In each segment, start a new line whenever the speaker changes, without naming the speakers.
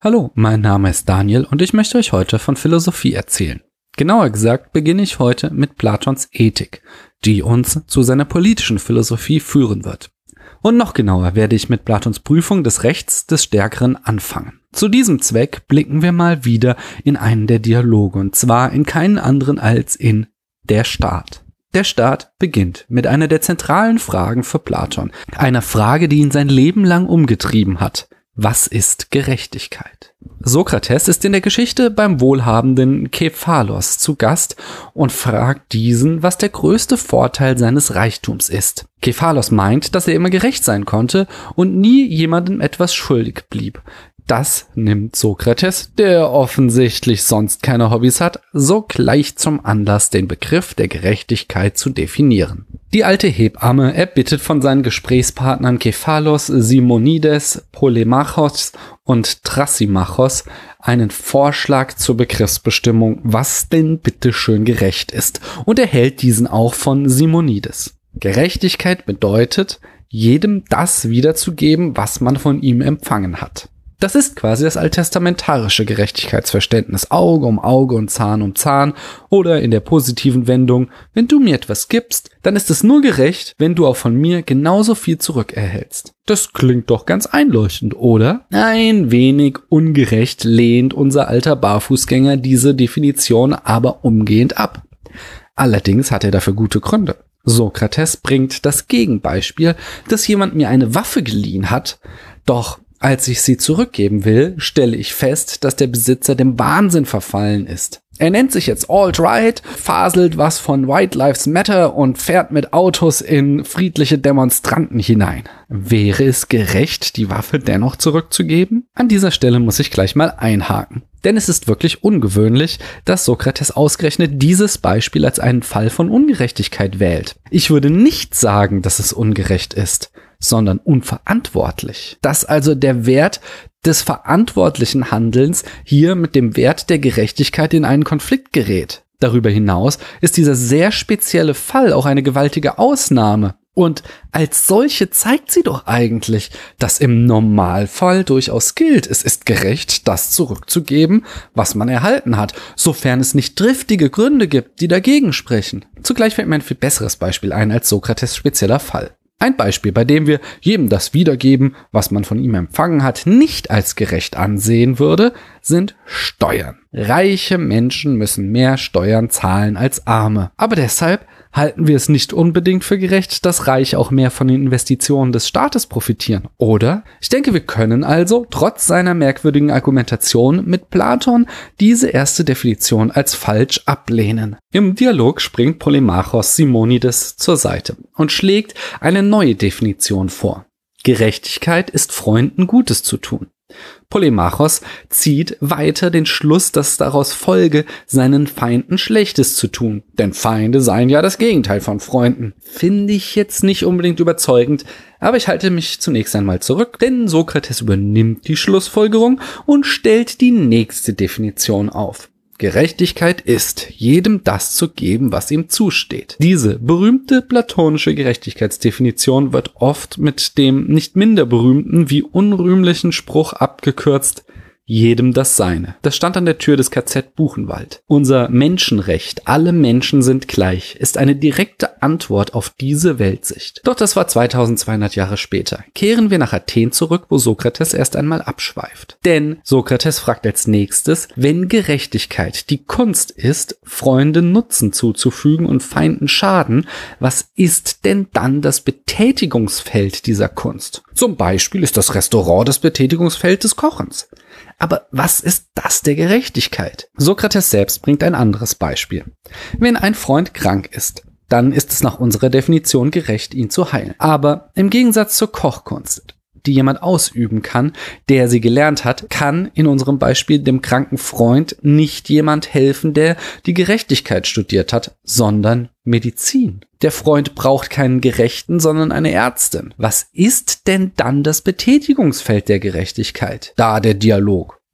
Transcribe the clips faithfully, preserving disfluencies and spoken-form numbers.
Hallo, mein Name ist Daniel und ich möchte euch heute von Philosophie erzählen. Genauer gesagt beginne ich heute mit Platons Ethik, die uns zu seiner politischen Philosophie führen wird. Und noch genauer werde ich mit Platons Prüfung des Rechts des Stärkeren anfangen. Zu diesem Zweck blicken wir mal wieder in einen der Dialoge, und zwar in keinen anderen als in Der Staat. Der Staat beginnt mit einer der zentralen Fragen für Platon, einer Frage, die ihn sein Leben lang umgetrieben hat. Was ist Gerechtigkeit? Sokrates ist in der Geschichte beim wohlhabenden Kephalos zu Gast und fragt diesen, was der größte Vorteil seines Reichtums ist. Kephalos meint, dass er immer gerecht sein konnte und nie jemandem etwas schuldig blieb. Das nimmt Sokrates, der offensichtlich sonst keine Hobbys hat, sogleich zum Anlass, den Begriff der Gerechtigkeit zu definieren. Die alte Hebamme erbittet von seinen Gesprächspartnern Kephalos, Simonides, Polemachos und Thrasymachos einen Vorschlag zur Begriffsbestimmung, was denn bitteschön gerecht ist, und erhält diesen auch von Simonides. Gerechtigkeit bedeutet, jedem das wiederzugeben, was man von ihm empfangen hat. Das ist quasi das alttestamentarische Gerechtigkeitsverständnis, Auge um Auge und Zahn um Zahn, oder in der positiven Wendung, wenn du mir etwas gibst, dann ist es nur gerecht, wenn du auch von mir genauso viel zurückerhältst. Das klingt doch ganz einleuchtend, oder? Ein wenig ungerecht lehnt unser alter Barfußgänger diese Definition aber umgehend ab. Allerdings hat er dafür gute Gründe. Sokrates bringt das Gegenbeispiel, dass jemand mir eine Waffe geliehen hat, doch als ich sie zurückgeben will, stelle ich fest, dass der Besitzer dem Wahnsinn verfallen ist. Er nennt sich jetzt Alt-Right, faselt was von White Lives Matter und fährt mit Autos in friedliche Demonstranten hinein. Wäre es gerecht, die Waffe dennoch zurückzugeben? An dieser Stelle muss ich gleich mal einhaken. Denn es ist wirklich ungewöhnlich, dass Sokrates ausgerechnet dieses Beispiel als einen Fall von Ungerechtigkeit wählt. Ich würde nicht sagen, dass es ungerecht ist, sondern unverantwortlich. Dass also der Wert des verantwortlichen Handelns hier mit dem Wert der Gerechtigkeit in einen Konflikt gerät. Darüber hinaus ist dieser sehr spezielle Fall auch eine gewaltige Ausnahme. Und als solche zeigt sie doch eigentlich, dass im Normalfall durchaus gilt, es ist gerecht, das zurückzugeben, was man erhalten hat, sofern es nicht triftige Gründe gibt, die dagegen sprechen. Zugleich fällt mir ein viel besseres Beispiel ein als Sokrates' spezieller Fall. Ein Beispiel, bei dem wir jedem das wiedergeben, was man von ihm empfangen hat, nicht als gerecht ansehen würde, sind Steuern. Reiche Menschen müssen mehr Steuern zahlen als Arme. Aber deshalb halten wir es nicht unbedingt für gerecht, dass Reiche auch mehr von den Investitionen des Staates profitieren, oder? Ich denke, wir können also, trotz seiner merkwürdigen Argumentation mit Platon, diese erste Definition als falsch ablehnen. Im Dialog springt Polemachos Simonides zur Seite und schlägt eine neue Definition vor. Gerechtigkeit ist Freunden Gutes zu tun. Polemachos zieht weiter den Schluss, dass daraus folge, seinen Feinden Schlechtes zu tun. Denn Feinde seien ja das Gegenteil von Freunden. Finde ich jetzt nicht unbedingt überzeugend, aber ich halte mich zunächst einmal zurück, denn Sokrates übernimmt die Schlussfolgerung und stellt die nächste Definition auf. Gerechtigkeit ist, jedem das zu geben, was ihm zusteht. Diese berühmte platonische Gerechtigkeitsdefinition wird oft mit dem nicht minder berühmten wie unrühmlichen Spruch abgekürzt: jedem das Seine. Das stand an der Tür des K Z Buchenwald. Unser Menschenrecht, alle Menschen sind gleich, ist eine direkte Antwort auf diese Weltsicht. Doch das war zweitausendzweihundert Jahre später. Kehren wir nach Athen zurück, wo Sokrates erst einmal abschweift. Denn Sokrates fragt als nächstes, wenn Gerechtigkeit die Kunst ist, Freunden Nutzen zuzufügen und Feinden Schaden, was ist denn dann das Betätigungsfeld dieser Kunst? Zum Beispiel ist das Restaurant das Betätigungsfeld des Kochens. Aber was ist das der Gerechtigkeit? Sokrates selbst bringt ein anderes Beispiel. Wenn ein Freund krank ist, dann ist es nach unserer Definition gerecht, ihn zu heilen. Aber im Gegensatz zur Kochkunst, die jemand ausüben kann, der sie gelernt hat, kann in unserem Beispiel dem kranken Freund nicht jemand helfen, der die Gerechtigkeit studiert hat, sondern Medizin. Der Freund braucht keinen Gerechten, sondern eine Ärztin. Was ist denn dann das Betätigungsfeld der Gerechtigkeit? Da der Dialog.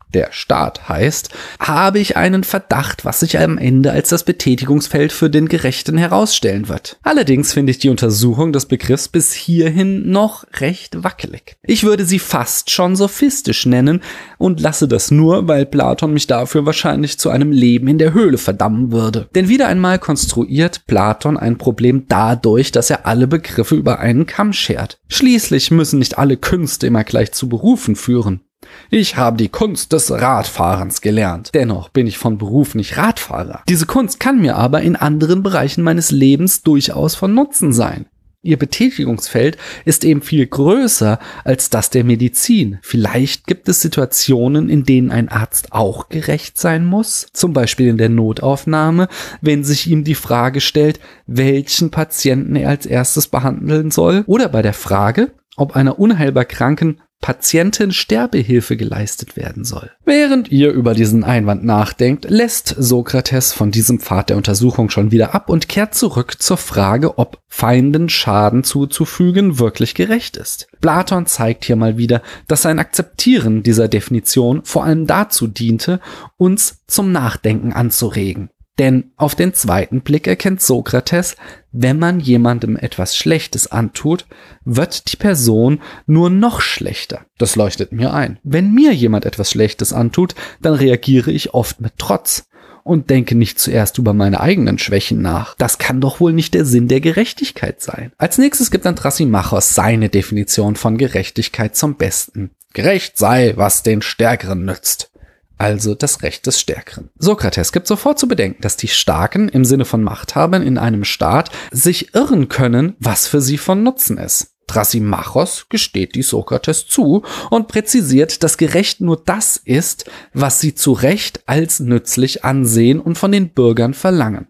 der Staat heißt, habe ich einen Verdacht, was sich am Ende als das Betätigungsfeld für den Gerechten herausstellen wird. Allerdings finde ich die Untersuchung des Begriffs bis hierhin noch recht wackelig. Ich würde sie fast schon sophistisch nennen und lasse das nur, weil Platon mich dafür wahrscheinlich zu einem Leben in der Höhle verdammen würde. Denn wieder einmal konstruiert Platon ein Problem dadurch, dass er alle Begriffe über einen Kamm schert. Schließlich müssen nicht alle Künste immer gleich zu Berufen führen. Ich habe die Kunst des Radfahrens gelernt. Dennoch bin ich von Beruf nicht Radfahrer. Diese Kunst kann mir aber in anderen Bereichen meines Lebens durchaus von Nutzen sein. Ihr Betätigungsfeld ist eben viel größer als das der Medizin. Vielleicht gibt es Situationen, in denen ein Arzt auch gerecht sein muss. Zum Beispiel in der Notaufnahme, wenn sich ihm die Frage stellt, welchen Patienten er als erstes behandeln soll. Oder bei der Frage, ob einer unheilbar kranken Patienten Sterbehilfe geleistet werden soll. Während ihr über diesen Einwand nachdenkt, lässt Sokrates von diesem Pfad der Untersuchung schon wieder ab und kehrt zurück zur Frage, ob Feinden Schaden zuzufügen wirklich gerecht ist. Platon zeigt hier mal wieder, dass sein Akzeptieren dieser Definition vor allem dazu diente, uns zum Nachdenken anzuregen. Denn auf den zweiten Blick erkennt Sokrates, wenn man jemandem etwas Schlechtes antut, wird die Person nur noch schlechter. Das leuchtet mir ein. Wenn mir jemand etwas Schlechtes antut, dann reagiere ich oft mit Trotz und denke nicht zuerst über meine eigenen Schwächen nach. Das kann doch wohl nicht der Sinn der Gerechtigkeit sein. Als nächstes gibt dann Thrasymachos seine Definition von Gerechtigkeit zum Besten. Gerecht sei, was den Stärkeren nützt. Also das Recht des Stärkeren. Sokrates gibt sofort zu bedenken, dass die Starken im Sinne von Machthabern in einem Staat sich irren können, was für sie von Nutzen ist. Thrasymachos gesteht dies Sokrates zu und präzisiert, dass gerecht nur das ist, was sie zu Recht als nützlich ansehen und von den Bürgern verlangen.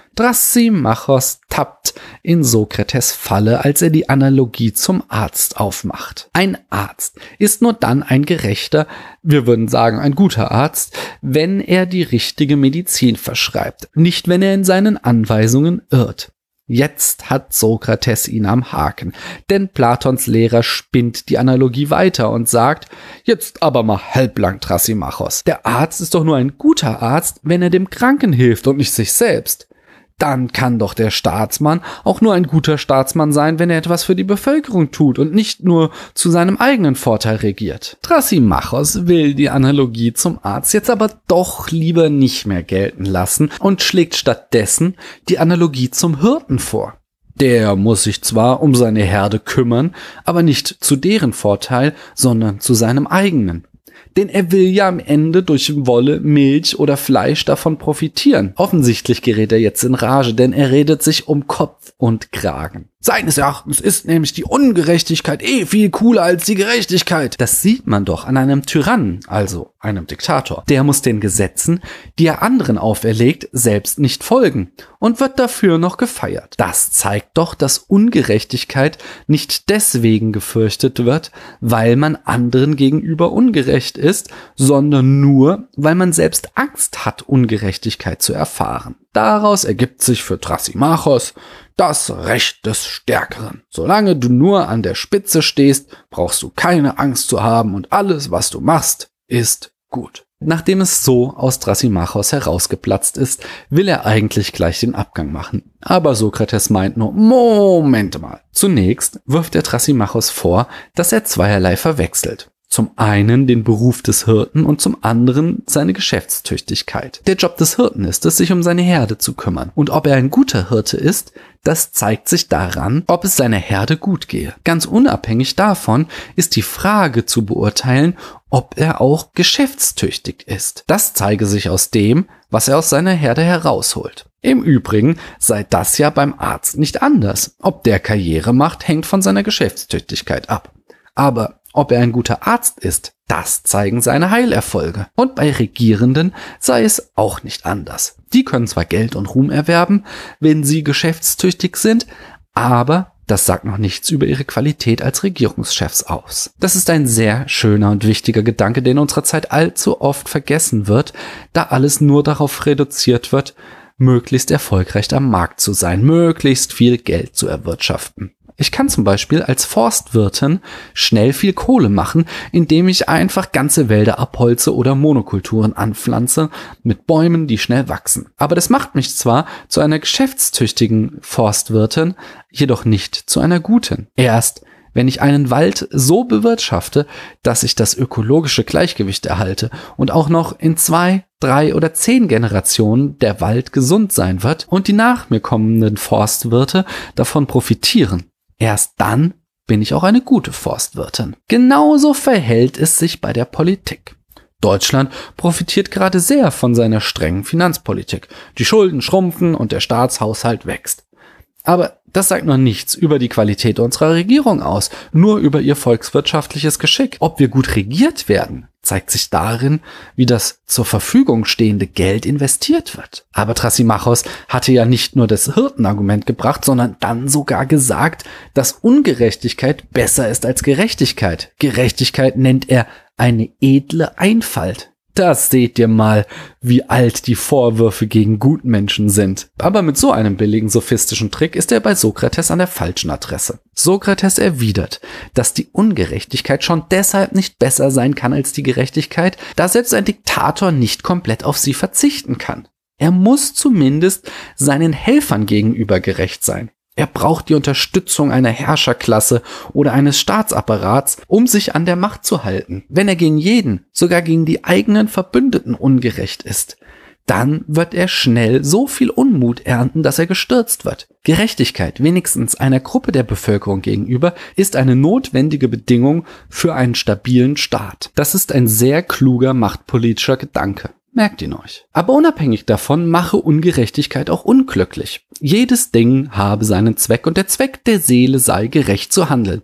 Thrasymachos tappt in Sokrates Falle, als er die Analogie zum Arzt aufmacht. Ein Arzt ist nur dann ein gerechter, wir würden sagen ein guter Arzt, wenn er die richtige Medizin verschreibt, nicht wenn er in seinen Anweisungen irrt. Jetzt hat Sokrates ihn am Haken, denn Platons Lehrer spinnt die Analogie weiter und sagt, jetzt aber mal halblang Thrasymachos. Der Arzt ist doch nur ein guter Arzt, wenn er dem Kranken hilft und nicht sich selbst. Dann kann doch der Staatsmann auch nur ein guter Staatsmann sein, wenn er etwas für die Bevölkerung tut und nicht nur zu seinem eigenen Vorteil regiert. Thrasymachos will die Analogie zum Arzt jetzt aber doch lieber nicht mehr gelten lassen und schlägt stattdessen die Analogie zum Hirten vor. Der muss sich zwar um seine Herde kümmern, aber nicht zu deren Vorteil, sondern zu seinem eigenen. Denn er will ja am Ende durch Wolle, Milch oder Fleisch davon profitieren. Offensichtlich gerät er jetzt in Rage, denn er redet sich um Kopf und Kragen. Seines Erachtens ist nämlich die Ungerechtigkeit eh viel cooler als die Gerechtigkeit. Das sieht man doch an einem Tyrannen, also einem Diktator. Der muss den Gesetzen, die er anderen auferlegt, selbst nicht folgen und wird dafür noch gefeiert. Das zeigt doch, dass Ungerechtigkeit nicht deswegen gefürchtet wird, weil man anderen gegenüber ungerecht ist, sondern nur, weil man selbst Angst hat, Ungerechtigkeit zu erfahren. Daraus ergibt sich für Thrasymachos das Recht des Stärkeren. Solange du nur an der Spitze stehst, brauchst du keine Angst zu haben und alles, was du machst, ist gut. Nachdem es so aus Thrasymachos herausgeplatzt ist, will er eigentlich gleich den Abgang machen. Aber Sokrates meint nur, Moment mal. Zunächst wirft er Thrasymachos vor, dass er zweierlei verwechselt. Zum einen den Beruf des Hirten und zum anderen seine Geschäftstüchtigkeit. Der Job des Hirten ist es, sich um seine Herde zu kümmern. Und ob er ein guter Hirte ist, das zeigt sich daran, ob es seiner Herde gut gehe. Ganz unabhängig davon ist die Frage zu beurteilen, ob er auch geschäftstüchtig ist. Das zeige sich aus dem, was er aus seiner Herde herausholt. Im Übrigen sei das ja beim Arzt nicht anders. Ob der Karriere macht, hängt von seiner Geschäftstüchtigkeit ab. Aber ob er ein guter Arzt ist, das zeigen seine Heilerfolge. Und bei Regierenden sei es auch nicht anders. Die können zwar Geld und Ruhm erwerben, wenn sie geschäftstüchtig sind, aber das sagt noch nichts über ihre Qualität als Regierungschefs aus. Das ist ein sehr schöner und wichtiger Gedanke, der in unserer Zeit allzu oft vergessen wird, da alles nur darauf reduziert wird, möglichst erfolgreich am Markt zu sein, möglichst viel Geld zu erwirtschaften. Ich kann zum Beispiel als Forstwirtin schnell viel Kohle machen, indem ich einfach ganze Wälder abholze oder Monokulturen anpflanze mit Bäumen, die schnell wachsen. Aber das macht mich zwar zu einer geschäftstüchtigen Forstwirtin, jedoch nicht zu einer guten. Erst wenn ich einen Wald so bewirtschafte, dass ich das ökologische Gleichgewicht erhalte und auch noch in zwei, drei oder zehn Generationen der Wald gesund sein wird und die nach mir kommenden Forstwirte davon profitieren, erst dann bin ich auch eine gute Forstwirtin. Genauso verhält es sich bei der Politik. Deutschland profitiert gerade sehr von seiner strengen Finanzpolitik. Die Schulden schrumpfen und der Staatshaushalt wächst. Aber das sagt noch nichts über die Qualität unserer Regierung aus, nur über ihr volkswirtschaftliches Geschick. Ob wir gut regiert werden, zeigt sich darin, wie das zur Verfügung stehende Geld investiert wird. Aber Thrasymachos hatte ja nicht nur das Hirtenargument gebracht, sondern dann sogar gesagt, dass Ungerechtigkeit besser ist als Gerechtigkeit. Gerechtigkeit nennt er eine edle Einfalt. Das seht ihr mal, wie alt die Vorwürfe gegen Gutmenschen sind. Aber mit so einem billigen sophistischen Trick ist er bei Sokrates an der falschen Adresse. Sokrates erwidert, dass die Ungerechtigkeit schon deshalb nicht besser sein kann als die Gerechtigkeit, da selbst ein Diktator nicht komplett auf sie verzichten kann. Er muss zumindest seinen Helfern gegenüber gerecht sein. Er braucht die Unterstützung einer Herrscherklasse oder eines Staatsapparats, um sich an der Macht zu halten. Wenn er gegen jeden, sogar gegen die eigenen Verbündeten ungerecht ist, dann wird er schnell so viel Unmut ernten, dass er gestürzt wird. Gerechtigkeit, wenigstens einer Gruppe der Bevölkerung gegenüber, ist eine notwendige Bedingung für einen stabilen Staat. Das ist ein sehr kluger machtpolitischer Gedanke. Merkt ihn euch. Aber unabhängig davon mache Ungerechtigkeit auch unglücklich. Jedes Ding habe seinen Zweck und der Zweck der Seele sei, gerecht zu handeln.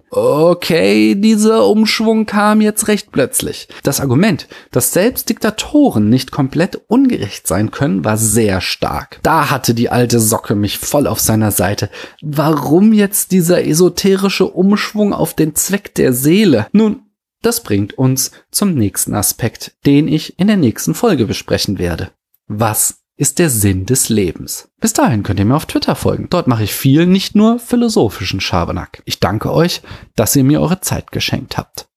Okay, dieser Umschwung kam jetzt recht plötzlich. Das Argument, dass selbst Diktatoren nicht komplett ungerecht sein können, war sehr stark. Da hatte die alte Socke mich voll auf seiner Seite. Warum jetzt dieser esoterische Umschwung auf den Zweck der Seele? Nun, das bringt uns zum nächsten Aspekt, den ich in der nächsten Folge besprechen werde. Was ist der Sinn des Lebens? Bis dahin könnt ihr mir auf Twitter folgen. Dort mache ich viel, nicht nur philosophischen Schabernack. Ich danke euch, dass ihr mir eure Zeit geschenkt habt.